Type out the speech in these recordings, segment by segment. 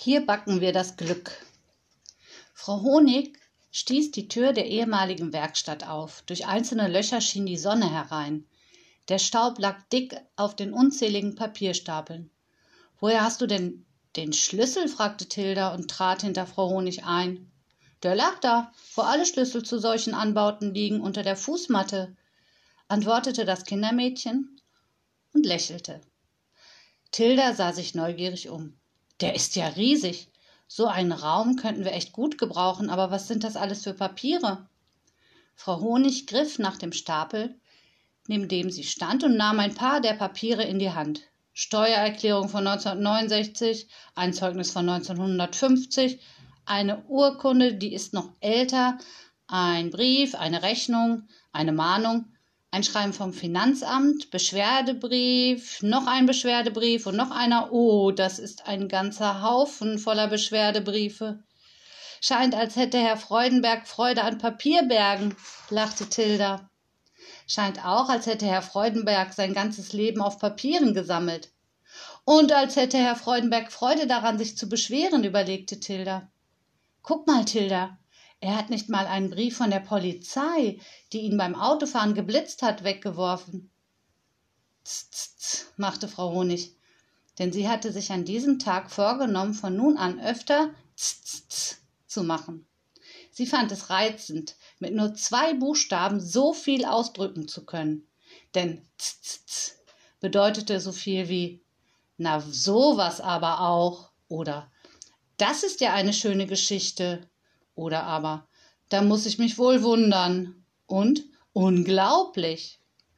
Hier backen wir das Glück. Frau Honig stieß die Tür der ehemaligen Werkstatt auf. Durch einzelne Löcher schien die Sonne herein. Der Staub lag dick auf den unzähligen Papierstapeln. »Woher hast du denn den Schlüssel?« fragte Tilda und trat hinter Frau Honig ein. »Der lag da, wo alle Schlüssel zu solchen Anbauten liegen, unter der Fußmatte«, antwortete das Kindermädchen und lächelte. Tilda sah sich neugierig um. »Der ist ja riesig. So einen Raum könnten wir echt gut gebrauchen, aber was sind das alles für Papiere?« Frau Honig griff nach dem Stapel, neben dem sie stand, und nahm ein paar der Papiere in die Hand. Steuererklärung von 1969, ein Zeugnis von 1950, eine Urkunde, die ist noch älter, ein Brief, eine Rechnung, eine Mahnung, ein Schreiben vom Finanzamt, Beschwerdebrief, noch ein Beschwerdebrief und noch einer. Oh, das ist ein ganzer Haufen voller Beschwerdebriefe. Scheint, als hätte Herr Freudenberg Freude an Papierbergen, lachte Tilda. Scheint auch, als hätte Herr Freudenberg sein ganzes Leben auf Papieren gesammelt. Und als hätte Herr Freudenberg Freude daran, sich zu beschweren, überlegte Tilda. »Guck mal, Tilda, er hat nicht mal einen Brief von der Polizei, die ihn beim Autofahren geblitzt hat, weggeworfen.« »Tz, tz, tz«, machte Frau Honig, denn sie hatte sich an diesem Tag vorgenommen, von nun an öfter »tz, tz, tz« zu machen. Sie fand es reizend, mit nur 2 Buchstaben so viel ausdrücken zu können. Denn »tz, tz, tz« bedeutete so viel wie »na sowas aber auch« oder »das ist ja eine schöne Geschichte« oder aber »da muss ich mich wohl wundern« und »unglaublich«.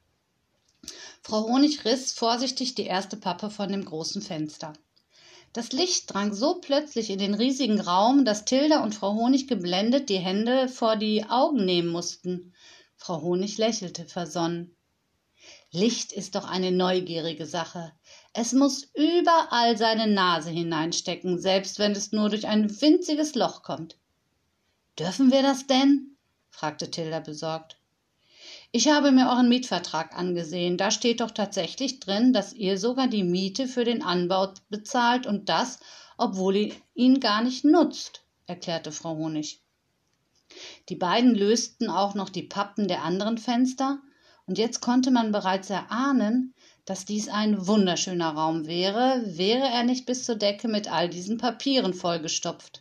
Frau Honig riss vorsichtig die erste Pappe von dem großen Fenster. Das Licht drang so plötzlich in den riesigen Raum, dass Tilda und Frau Honig geblendet die Hände vor die Augen nehmen mussten. Frau Honig lächelte versonnen. Licht ist doch eine neugierige Sache. Es muss überall seine Nase hineinstecken, selbst wenn es nur durch ein winziges Loch kommt. »Dürfen wir das denn?« fragte Tilda besorgt. »Ich habe mir euren Mietvertrag angesehen. Da steht doch tatsächlich drin, dass ihr sogar die Miete für den Anbau bezahlt und das, obwohl ihr ihn gar nicht nutzt«, erklärte Frau Honig. Die beiden lösten auch noch die Pappen der anderen Fenster, und jetzt konnte man bereits erahnen, dass dies ein wunderschöner Raum wäre er nicht bis zur Decke mit all diesen Papieren vollgestopft.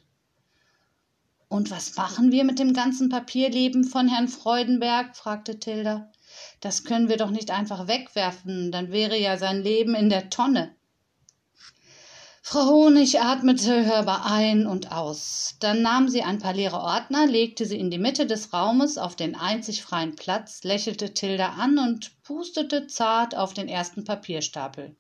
»Und was machen wir mit dem ganzen Papierleben von Herrn Freudenberg?« fragte Tilda. »Das können wir doch nicht einfach wegwerfen, dann wäre ja sein Leben in der Tonne.« Frau Honig atmete hörbar ein und aus. Dann nahm sie ein paar leere Ordner, legte sie in die Mitte des Raumes auf den einzig freien Platz, lächelte Tilda an und pustete zart auf den ersten Papierstapel.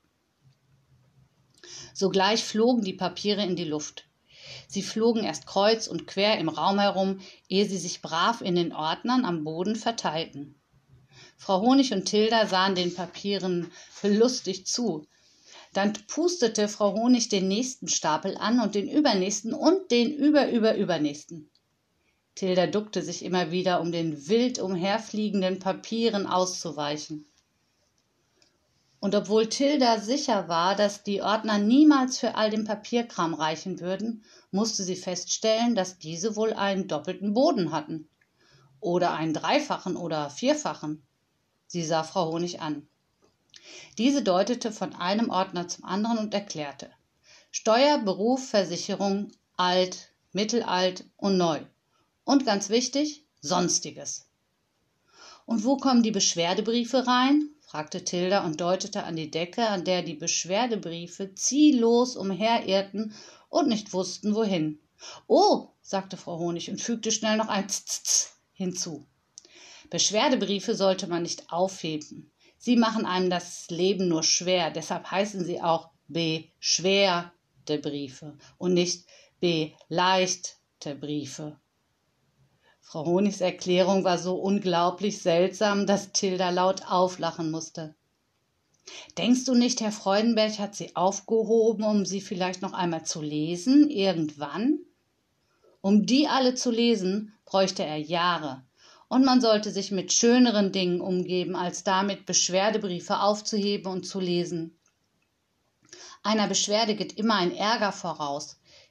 Sogleich flogen die Papiere in die Luft. Sie flogen erst kreuz und quer im Raum herum, ehe sie sich brav in den Ordnern am Boden verteilten. Frau Honig und Tilda sahen den Papieren belustigt zu. Dann pustete Frau Honig den nächsten Stapel an und den übernächsten und den übernächsten. Tilda duckte sich immer wieder, um den wild umherfliegenden Papieren auszuweichen. Und obwohl Tilda sicher war, dass die Ordner niemals für all den Papierkram reichen würden, musste sie feststellen, dass diese wohl einen doppelten Boden hatten. Oder einen dreifachen oder vierfachen. Sie sah Frau Honig an. Diese deutete von einem Ordner zum anderen und erklärte: Steuer, Beruf, Versicherung, alt, mittelalt und neu. Und ganz wichtig, Sonstiges. »Und wo kommen die Beschwerdebriefe rein?« fragte Tilda und deutete an die Decke, an der die Beschwerdebriefe ziellos umherirrten und nicht wussten, wohin. »Oh«, sagte Frau Honig und fügte schnell noch ein »Tz hinzu. »Beschwerdebriefe sollte man nicht aufheben. Sie machen einem das Leben nur schwer, deshalb heißen sie auch beschwerte Briefe und nicht beleichte Briefe.« Frau Honigs Erklärung war so unglaublich seltsam, dass Tilda laut auflachen musste. »Denkst du nicht, Herr Freudenberg hat sie aufgehoben, um sie vielleicht noch einmal zu lesen, irgendwann? Um die alle zu lesen, bräuchte er Jahre. Und man sollte sich mit schöneren Dingen umgeben, als damit Beschwerdebriefe aufzuheben und zu lesen. Einer Beschwerde geht immer ein Ärger voraus.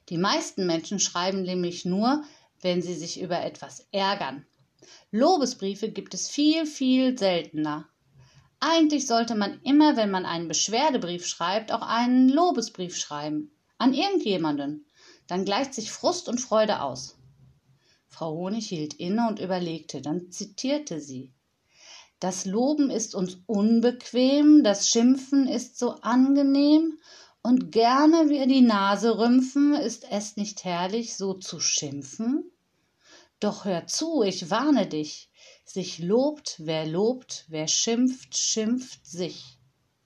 Die meisten Menschen schreiben nämlich nur, wenn sie sich über etwas ärgern. Lobesbriefe gibt es viel, viel seltener. Eigentlich sollte man immer, wenn man einen Beschwerdebrief schreibt, auch einen Lobesbrief schreiben. An irgendjemanden. Dann gleicht sich Frust und Freude aus. Frau Honig hielt inne und überlegte, dann zitierte sie: Das Loben ist uns unbequem, das Schimpfen ist so angenehm, und gerne wir die Nase rümpfen, ist es nicht herrlich, so zu schimpfen? Doch hör zu, ich warne dich, sich lobt, wer schimpft, schimpft sich.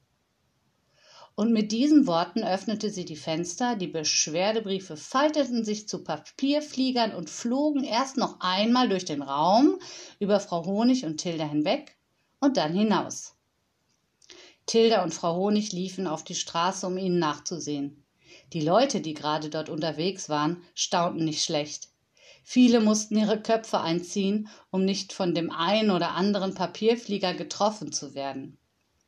Und mit diesen Worten öffnete sie die Fenster, die Beschwerdebriefe falteten sich zu Papierfliegern und flogen erst noch einmal durch den Raum, über Frau Honig und Tilda hinweg und dann hinaus. Tilda und Frau Honig liefen auf die Straße, um ihnen nachzusehen. Die Leute, die gerade dort unterwegs waren, staunten nicht schlecht. Viele mussten ihre Köpfe einziehen, um nicht von dem einen oder anderen Papierflieger getroffen zu werden.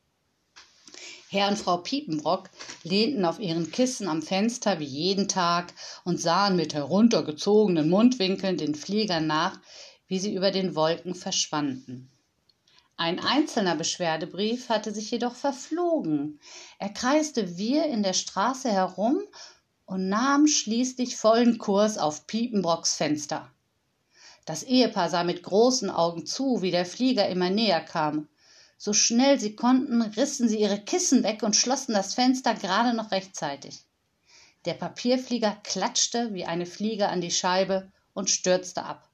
Herr und Frau Piepenbrock lehnten auf ihren Kissen am Fenster wie jeden Tag und sahen mit heruntergezogenen Mundwinkeln den Fliegern nach, wie sie über den Wolken verschwanden. Ein einzelner Beschwerdebrief hatte sich jedoch verflogen. Er kreiste wirr in der Straße herum und nahm schließlich vollen Kurs auf Piepenbrocks Fenster. Das Ehepaar sah mit großen Augen zu, wie der Flieger immer näher kam. So schnell sie konnten, rissen sie ihre Kissen weg und schlossen das Fenster gerade noch rechtzeitig. Der Papierflieger klatschte wie eine Fliege an die Scheibe und stürzte ab.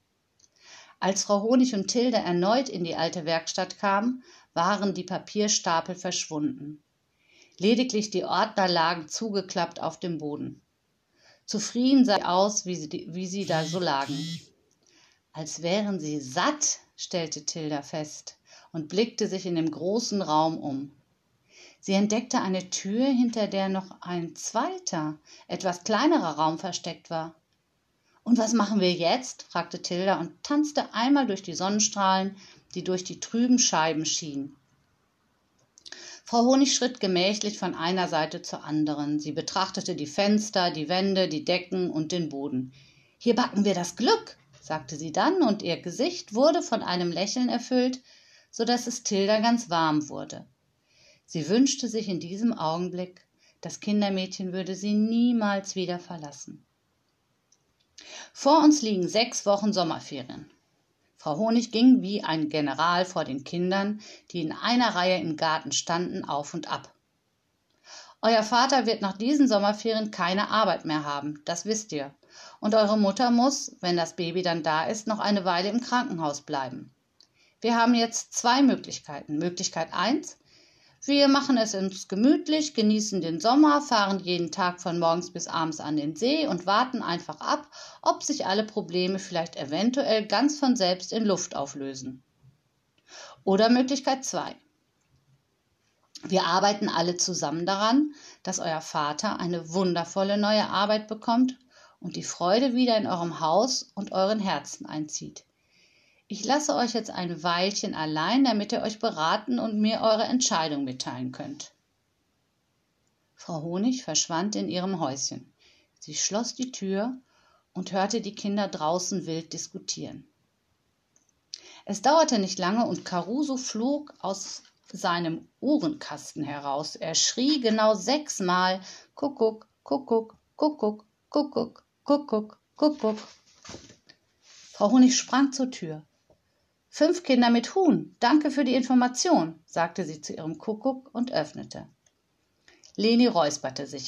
Als Frau Honig und Tilde erneut in die alte Werkstatt kamen, waren die Papierstapel verschwunden. Lediglich die Ordner lagen zugeklappt auf dem Boden. Zufrieden sah sie aus, wie sie da so lagen. Als wären sie satt, stellte Tilda fest und blickte sich in dem großen Raum um. Sie entdeckte eine Tür, hinter der noch ein zweiter, etwas kleinerer Raum versteckt war. »Und was machen wir jetzt?« fragte Tilda und tanzte einmal durch die Sonnenstrahlen, die durch die trüben Scheiben schienen. Frau Honig schritt gemächlich von einer Seite zur anderen. Sie betrachtete die Fenster, die Wände, die Decken und den Boden. »Hier backen wir das Glück«, sagte sie dann, und ihr Gesicht wurde von einem Lächeln erfüllt, so dass es Tilda ganz warm wurde. Sie wünschte sich in diesem Augenblick, das Kindermädchen würde sie niemals wieder verlassen. Vor uns liegen 6 Wochen Sommerferien. Frau Honig ging wie ein General vor den Kindern, die in einer Reihe im Garten standen, auf und ab. Euer Vater wird nach diesen Sommerferien keine Arbeit mehr haben, das wisst ihr. Und eure Mutter muss, wenn das Baby dann da ist, noch eine Weile im Krankenhaus bleiben. Wir haben jetzt 2 Möglichkeiten. Möglichkeit 1, wir machen es uns gemütlich, genießen den Sommer, fahren jeden Tag von morgens bis abends an den See und warten einfach ab, ob sich alle Probleme vielleicht eventuell ganz von selbst in Luft auflösen. Oder Möglichkeit 2. Wir arbeiten alle zusammen daran, dass euer Vater eine wundervolle neue Arbeit bekommt und die Freude wieder in eurem Haus und euren Herzen einzieht. Ich lasse euch jetzt ein Weilchen allein, damit ihr euch beraten und mir eure Entscheidung mitteilen könnt. Frau Honig verschwand in ihrem Häuschen. Sie schloss die Tür und hörte die Kinder draußen wild diskutieren. Es dauerte nicht lange und Caruso flog aus seinem Uhrenkasten heraus. Er schrie genau 6 Mal: Kuckuck, Kuckuck, Kuckuck, Kuckuck, Kuckuck, Kuckuck. Frau Honig sprang zur Tür. 5 Kinder mit Huhn, danke für die Information, sagte sie zu ihrem Kuckuck und öffnete. Leni räusperte sich.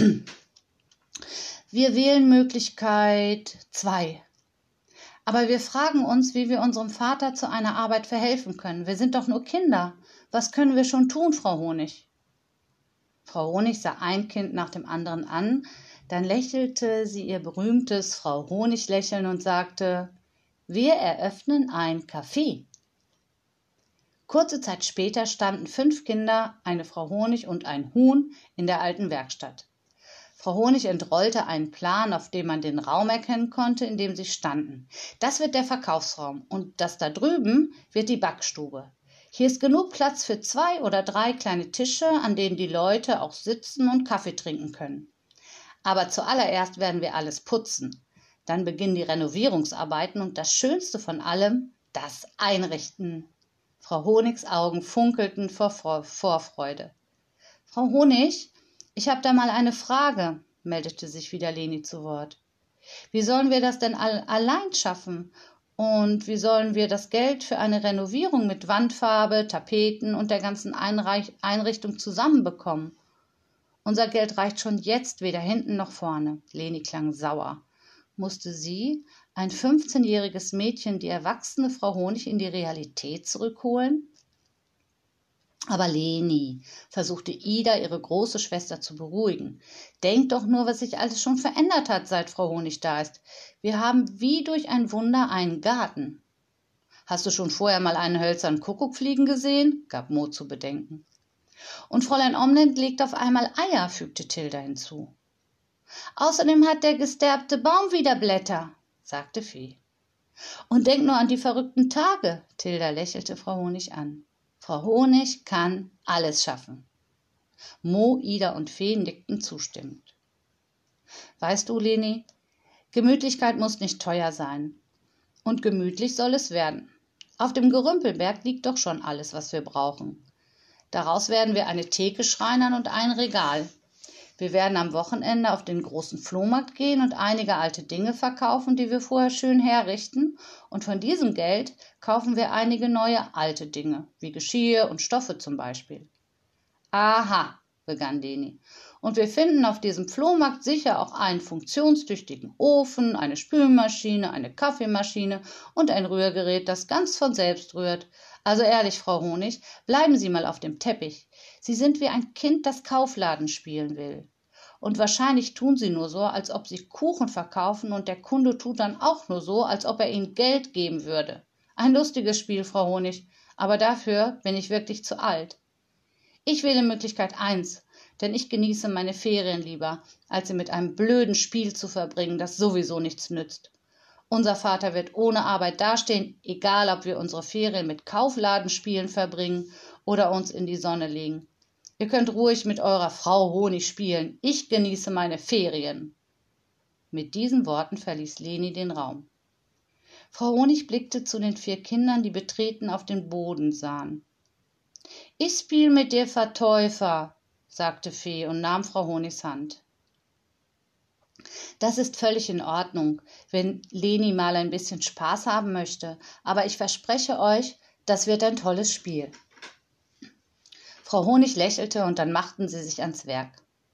Wir wählen Möglichkeit 2. Aber wir fragen uns, wie wir unserem Vater zu einer Arbeit verhelfen können. Wir sind doch nur Kinder. Was können wir schon tun, Frau Honig? Frau Honig sah ein Kind nach dem anderen an, dann lächelte sie ihr berühmtes Frau Honig-Lächeln und sagte: Wir eröffnen ein Café. Kurze Zeit später standen 5 Kinder, eine Frau Honig und ein Huhn in der alten Werkstatt. Frau Honig entrollte einen Plan, auf dem man den Raum erkennen konnte, in dem sie standen. Das wird der Verkaufsraum und das da drüben wird die Backstube. Hier ist genug Platz für 2 oder 3 kleine Tische, an denen die Leute auch sitzen und Kaffee trinken können. Aber zuallererst werden wir alles putzen. Dann beginnen die Renovierungsarbeiten und das Schönste von allem, das Einrichten. Frau Honigs Augen funkelten vor Vorfreude. Frau Honig, ich habe da mal eine Frage, meldete sich wieder Leni zu Wort. Wie sollen wir das denn allein schaffen? Und wie sollen wir das Geld für eine Renovierung mit Wandfarbe, Tapeten und der ganzen Einrichtung zusammenbekommen? Unser Geld reicht schon jetzt weder hinten noch vorne. Leni klang sauer. Musste sie, ein 15-jähriges Mädchen, die erwachsene Frau Honig in die Realität zurückholen? Aber Leni, versuchte Ida, ihre große Schwester zu beruhigen. Denk doch nur, was sich alles schon verändert hat, seit Frau Honig da ist. Wir haben wie durch ein Wunder einen Garten. Hast du schon vorher mal einen hölzernen Kuckuck fliegen gesehen? Gab Mo zu bedenken. Und Fräulein Omlet legt auf einmal Eier, fügte Tilda hinzu. Außerdem hat der gesterbte Baum wieder Blätter, sagte Fee. Und denk nur an die verrückten Tage, Tilda lächelte Frau Honig an. Frau Honig kann alles schaffen. Mo, Ida und Fee nickten zustimmend. Weißt du, Leni, Gemütlichkeit muss nicht teuer sein. Und gemütlich soll es werden. Auf dem Gerümpelberg liegt doch schon alles, was wir brauchen. Daraus werden wir eine Theke schreinern und ein Regal. Wir werden am Wochenende auf den großen Flohmarkt gehen und einige alte Dinge verkaufen, die wir vorher schön herrichten. Und von diesem Geld kaufen wir einige neue alte Dinge, wie Geschirr und Stoffe zum Beispiel. Aha, begann Leni. Und wir finden auf diesem Flohmarkt sicher auch einen funktionstüchtigen Ofen, eine Spülmaschine, eine Kaffeemaschine und ein Rührgerät, das ganz von selbst rührt. Also ehrlich, Frau Honig, bleiben Sie mal auf dem Teppich. Sie sind wie ein Kind, das Kaufladen spielen will. Und wahrscheinlich tun Sie nur so, als ob Sie Kuchen verkaufen und der Kunde tut dann auch nur so, als ob er Ihnen Geld geben würde. Ein lustiges Spiel, Frau Honig, aber dafür bin ich wirklich zu alt. Ich wähle Möglichkeit 1, denn ich genieße meine Ferien lieber, als sie mit einem blöden Spiel zu verbringen, das sowieso nichts nützt. Unser Vater wird ohne Arbeit dastehen, egal ob wir unsere Ferien mit Kaufladenspielen verbringen oder uns in die Sonne legen. Ihr könnt ruhig mit eurer Frau Honig spielen. Ich genieße meine Ferien. Mit diesen Worten verließ Leni den Raum. Frau Honig blickte zu den 4 Kindern, die betreten auf den Boden sahen. Ich spiel mit dir Vertäufer, sagte Fee und nahm Frau Honigs Hand. Das ist völlig in Ordnung, wenn Leni mal ein bisschen Spaß haben möchte, aber ich verspreche euch, das wird ein tolles Spiel. Frau Honig lächelte und dann machten sie sich ans Werk.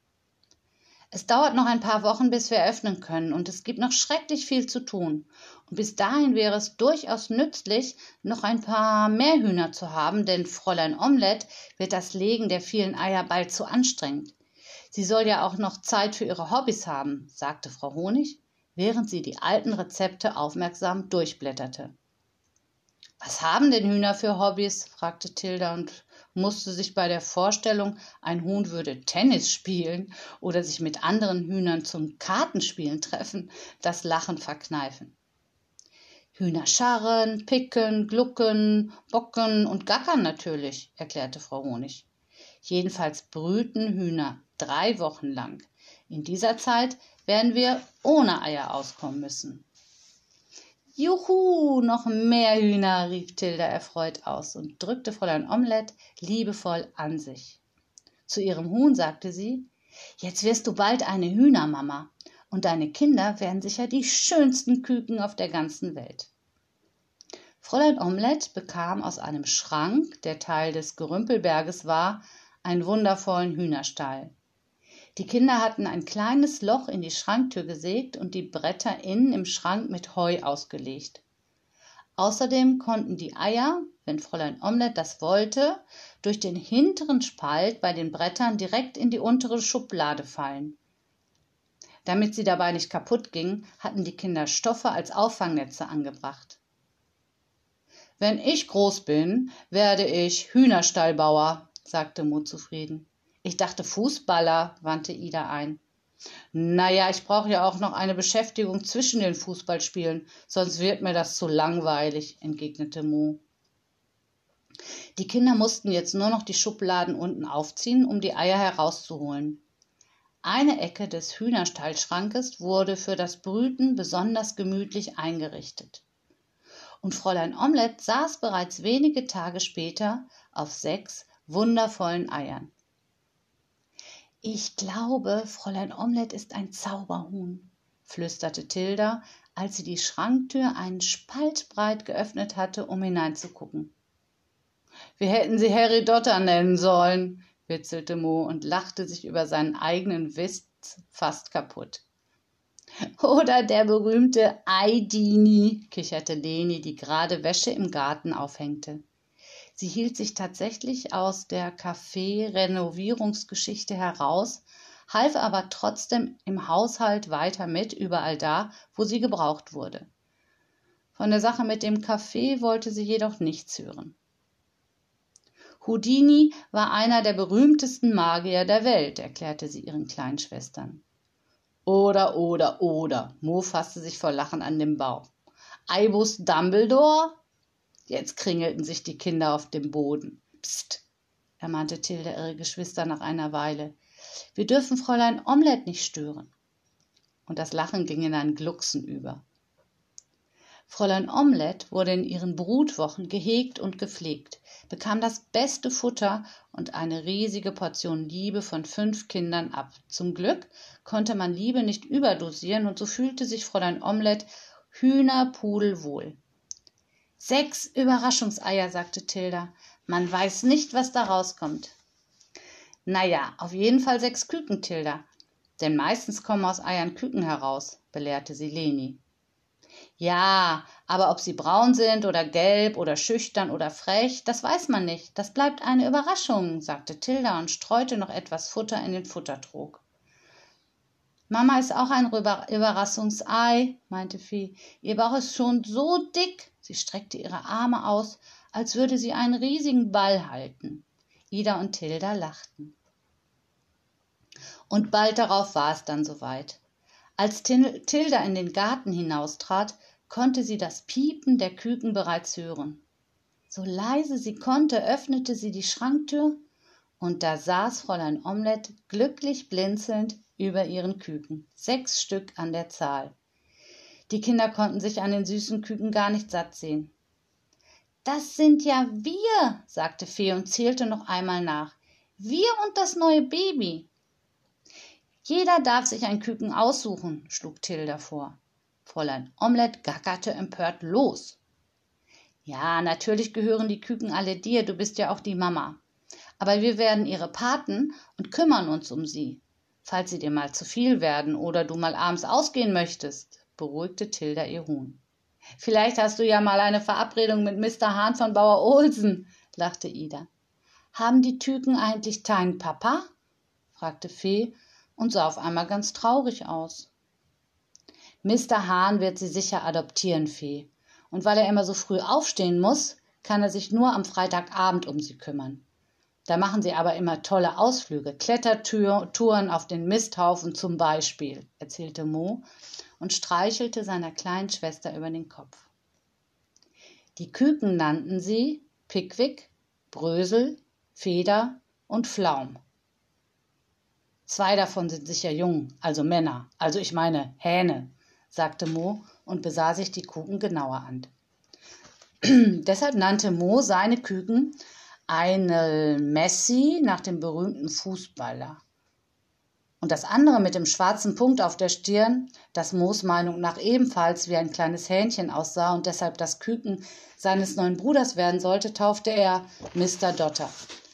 Es dauert noch ein paar Wochen, bis wir öffnen können und es gibt noch schrecklich viel zu tun. Und bis dahin wäre es durchaus nützlich, noch ein paar mehr Hühner zu haben, denn Fräulein Omlet wird das Legen der vielen Eier bald zu anstrengend. Sie soll ja auch noch Zeit für ihre Hobbys haben, sagte Frau Honig, während sie die alten Rezepte aufmerksam durchblätterte. Was haben denn Hühner für Hobbys? Fragte Tilda und musste sich bei der Vorstellung, ein Huhn würde Tennis spielen oder sich mit anderen Hühnern zum Kartenspielen treffen, das Lachen verkneifen. Hühner scharren, picken, glucken, bocken und gackern natürlich, erklärte Frau Honig. Jedenfalls brüten Hühner 3 Wochen lang. In dieser Zeit werden wir ohne Eier auskommen müssen. Juhu, noch mehr Hühner, rief Tilda erfreut aus und drückte Fräulein Omlet liebevoll an sich. Zu ihrem Huhn sagte sie, jetzt wirst du bald eine Hühnermama und deine Kinder werden sicher die schönsten Küken auf der ganzen Welt. Fräulein Omlet bekam aus einem Schrank, der Teil des Gerümpelberges war, einen wundervollen Hühnerstall. Die Kinder hatten ein kleines Loch in die Schranktür gesägt und die Bretter innen im Schrank mit Heu ausgelegt. Außerdem konnten die Eier, wenn Fräulein Omlet das wollte, durch den hinteren Spalt bei den Brettern direkt in die untere Schublade fallen. Damit sie dabei nicht kaputt gingen, hatten die Kinder Stoffe als Auffangnetze angebracht. Wenn ich groß bin, werde ich Hühnerstallbauer, sagte Mo zufrieden. Ich dachte Fußballer, wandte Ida ein. Naja, ich brauche ja auch noch eine Beschäftigung zwischen den Fußballspielen, sonst wird mir das zu langweilig, entgegnete Mo. Die Kinder mussten jetzt nur noch die Schubladen unten aufziehen, um die Eier herauszuholen. Eine Ecke des Hühnerstallschrankes wurde für das Brüten besonders gemütlich eingerichtet. Und Fräulein Omelett saß bereits wenige Tage später auf 6 wundervollen Eiern. »Ich glaube, Fräulein Omelett ist ein Zauberhuhn«, flüsterte Tilda, als sie die Schranktür einen Spalt breit geöffnet hatte, um hineinzugucken. »Wir hätten sie Harry Dotter nennen sollen«, witzelte Mo und lachte sich über seinen eigenen Witz fast kaputt. »Oder der berühmte Eidini«, kicherte Leni, die gerade Wäsche im Garten aufhängte. Sie hielt sich tatsächlich aus der Café-Renovierungsgeschichte heraus, half aber trotzdem im Haushalt weiter mit, überall da, wo sie gebraucht wurde. Von der Sache mit dem Kaffee wollte sie jedoch nichts hören. Houdini war einer der berühmtesten Magier der Welt, erklärte sie ihren kleinen Schwestern. Oder, Mo fasste sich vor Lachen an den Bauch. Albus Dumbledore? Jetzt kringelten sich die Kinder auf dem Boden. Psst, ermahnte Tilda ihre Geschwister nach einer Weile. Wir dürfen Fräulein Omelett nicht stören. Und das Lachen ging in ein Glucksen über. Fräulein Omelett wurde in ihren Brutwochen gehegt und gepflegt, bekam das beste Futter und eine riesige Portion Liebe von 5 Kindern ab. Zum Glück konnte man Liebe nicht überdosieren und so fühlte sich Fräulein Omelett hühnerpudelwohl. 6 Überraschungseier, sagte Tilda. Man weiß nicht, was da rauskommt. Naja, auf jeden Fall 6 Küken, Tilda, denn meistens kommen aus Eiern Küken heraus, belehrte sie Leni. Ja, aber ob sie braun sind oder gelb oder schüchtern oder frech, das weiß man nicht. Das bleibt eine Überraschung, sagte Tilda und streute noch etwas Futter in den Futtertrog. Mama ist auch ein Überraschungsei, meinte Fee. Ihr Bauch ist schon so dick. Sie streckte ihre Arme aus, als würde sie einen riesigen Ball halten. Ida und Tilda lachten. Und bald darauf war es dann soweit. Als Tilda in den Garten hinaustrat, konnte sie das Piepen der Küken bereits hören. So leise sie konnte, öffnete sie die Schranktür, und da saß Fräulein Omelett glücklich blinzelnd über ihren Küken, 6 Stück an der Zahl. Die Kinder konnten sich an den süßen Küken gar nicht satt sehen. »Das sind ja wir«, sagte Fee und zählte noch einmal nach. »Wir und das neue Baby.« »Jeder darf sich ein Küken aussuchen«, schlug Tilda vor. Fräulein Omelett gackerte empört los. »Ja, natürlich gehören die Küken alle dir, du bist ja auch die Mama. Aber wir werden ihre Paten und kümmern uns um sie, falls sie dir mal zu viel werden oder du mal abends ausgehen möchtest«, beruhigte Tilda ihr Huhn. »Vielleicht hast du ja mal eine Verabredung mit Mr. Hahn von Bauer Olsen«, lachte Ida. »Haben die Küken eigentlich keinen Papa?«, fragte Fee und sah auf einmal ganz traurig aus. »Mr. Hahn wird sie sicher adoptieren, Fee. Und weil er immer so früh aufstehen muss, kann er sich nur am Freitagabend um sie kümmern. Da machen sie aber immer tolle Ausflüge, Klettertouren auf den Misthaufen zum Beispiel«, erzählte Mo und streichelte seiner kleinen Schwester über den Kopf. Die Küken nannten sie Pickwick, Brösel, Feder und Flaum. 2 davon sind sicher jung, also Männer, also ich meine Hähne, sagte Mo und besah sich die Küken genauer an. Deshalb nannte Mo seine Küken eine Messi nach dem berühmten Fußballer. Und das andere mit dem schwarzen Punkt auf der Stirn, das Moos Meinung nach ebenfalls wie ein kleines Hähnchen aussah und deshalb das Küken seines neuen Bruders werden sollte, taufte er Mr. Dotter.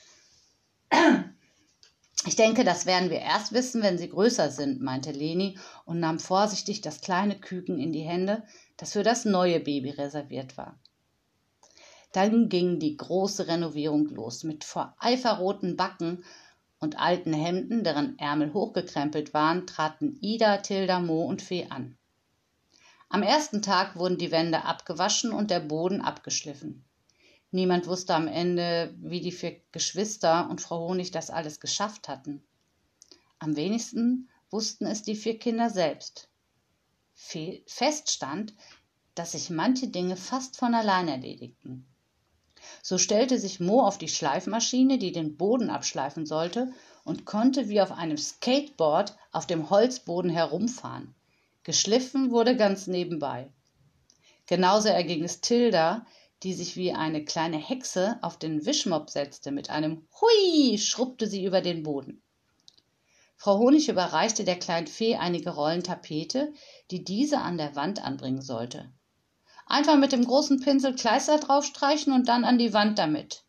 »Ich denke, das werden wir erst wissen, wenn sie größer sind«, meinte Leni und nahm vorsichtig das kleine Küken in die Hände, das für das neue Baby reserviert war. Dann ging die große Renovierung los, mit vor Eifer roten Backen und alten Hemden, deren Ärmel hochgekrempelt waren, traten Ida, Tilda, Mo und Fee an. Am ersten Tag wurden die Wände abgewaschen und der Boden abgeschliffen. Niemand wusste am Ende, wie die 4 Geschwister und Frau Honig das alles geschafft hatten. Am wenigsten wussten es die 4 Kinder selbst. Fest stand, dass sich manche Dinge fast von allein erledigten. So stellte sich Mo auf die Schleifmaschine, die den Boden abschleifen sollte, und konnte wie auf einem Skateboard auf dem Holzboden herumfahren. Geschliffen wurde ganz nebenbei. Genauso erging es Tilda, die sich wie eine kleine Hexe auf den Wischmopp setzte. Mit einem Hui schrubbte sie über den Boden. Frau Honig überreichte der kleinen Fee einige Rollen Tapete, die diese an der Wand anbringen sollte. Einfach mit dem großen Pinsel Kleister draufstreichen und dann an die Wand damit.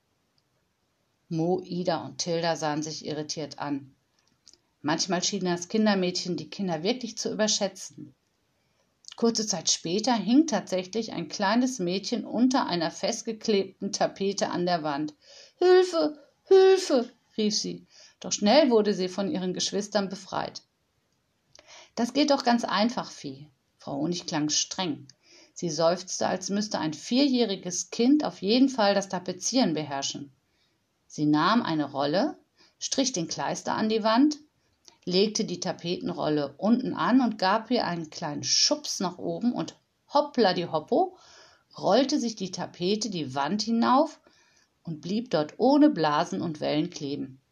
Mo, Ida und Tilda sahen sich irritiert an. Manchmal schien das Kindermädchen die Kinder wirklich zu überschätzen. Kurze Zeit später hing tatsächlich ein kleines Mädchen unter einer festgeklebten Tapete an der Wand. »Hilfe! Hilfe!« rief sie, doch schnell wurde sie von ihren Geschwistern befreit. »Das geht doch ganz einfach, Fee.« Frau Honig klang streng. Sie seufzte, als müsste ein 4-jähriges Kind auf jeden Fall das Tapezieren beherrschen. Sie nahm eine Rolle, strich den Kleister an die Wand, legte die Tapetenrolle unten an und gab ihr einen kleinen Schubs nach oben und hoppla-di-hoppo rollte sich die Tapete die Wand hinauf und blieb dort ohne Blasen und Wellen kleben.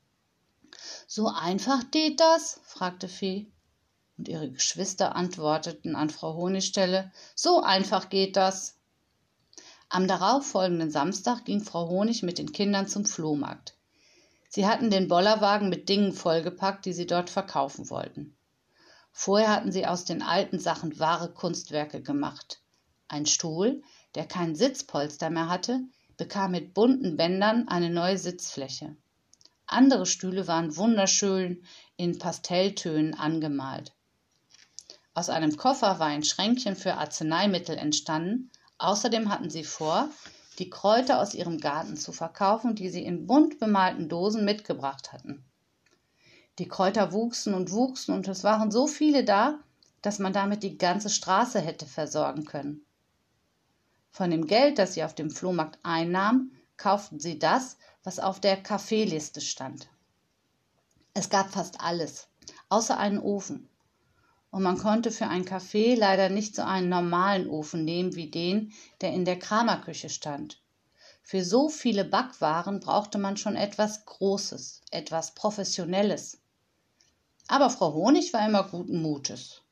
»So einfach geht das?« fragte Fee. Und ihre Geschwister antworteten an Frau Honigs Stelle: »So einfach geht das.« Am darauffolgenden Samstag ging Frau Honig mit den Kindern zum Flohmarkt. Sie hatten den Bollerwagen mit Dingen vollgepackt, die sie dort verkaufen wollten. Vorher hatten sie aus den alten Sachen wahre Kunstwerke gemacht. Ein Stuhl, der kein Sitzpolster mehr hatte, bekam mit bunten Bändern eine neue Sitzfläche. Andere Stühle waren wunderschön in Pastelltönen angemalt. Aus einem Koffer war ein Schränkchen für Arzneimittel entstanden. Außerdem hatten sie vor, die Kräuter aus ihrem Garten zu verkaufen, die sie in bunt bemalten Dosen mitgebracht hatten. Die Kräuter wuchsen und es waren so viele da, dass man damit die ganze Straße hätte versorgen können. Von dem Geld, das sie auf dem Flohmarkt einnahmen, kauften sie das, was auf der Kaffeeliste stand. Es gab fast alles, außer einen Ofen. Und man konnte für einen Kaffee leider nicht so einen normalen Ofen nehmen wie den, der in der Kramerküche stand. Für so viele Backwaren brauchte man schon etwas Großes, etwas Professionelles. Aber Frau Honig war immer guten Mutes.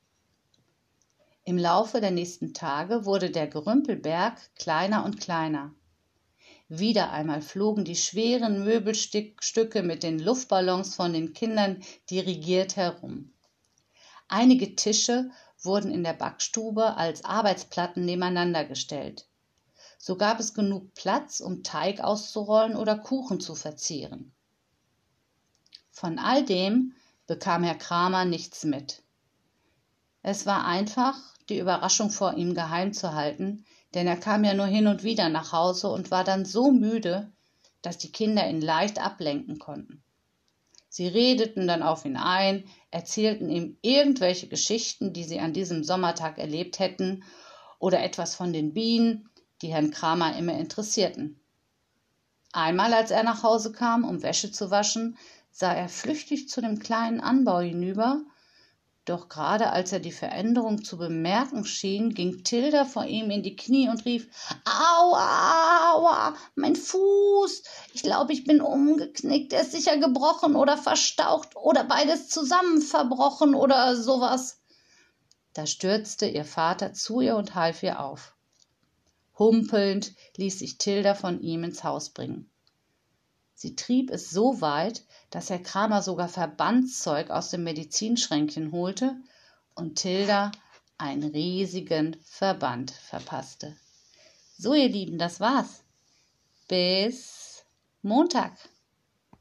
Im Laufe der nächsten Tage wurde der Gerümpelberg kleiner und kleiner. Wieder einmal flogen die schweren Möbelstücke mit den Luftballons von den Kindern dirigiert herum. Einige Tische wurden in der Backstube als Arbeitsplatten nebeneinander gestellt. So gab es genug Platz, um Teig auszurollen oder Kuchen zu verzieren. Von all dem bekam Herr Kramer nichts mit. Es war einfach, die Überraschung vor ihm geheim zu halten, denn er kam ja nur hin und wieder nach Hause und war dann so müde, dass die Kinder ihn leicht ablenken konnten. Sie redeten dann auf ihn ein, erzählten ihm irgendwelche Geschichten, die sie an diesem Sommertag erlebt hätten, oder etwas von den Bienen, die Herrn Kramer immer interessierten. Einmal, als er nach Hause kam, um Wäsche zu waschen, sah er flüchtig zu dem kleinen Anbau hinüber, doch gerade als er die Veränderung zu bemerken schien, ging Tilda vor ihm in die Knie und rief: »Aua, aua, mein Fuß! Ich glaube, ich bin umgeknickt. Er ist sicher gebrochen oder verstaucht oder beides zusammen verbrochen oder sowas.« Da stürzte ihr Vater zu ihr und half ihr auf. Humpelnd ließ sich Tilda von ihm ins Haus bringen. Sie trieb es so weit, dass Herr Kramer sogar Verbandszeug aus dem Medizinschränkchen holte und Tilda einen riesigen Verband verpasste. So, ihr Lieben, das war's. Bis Montag.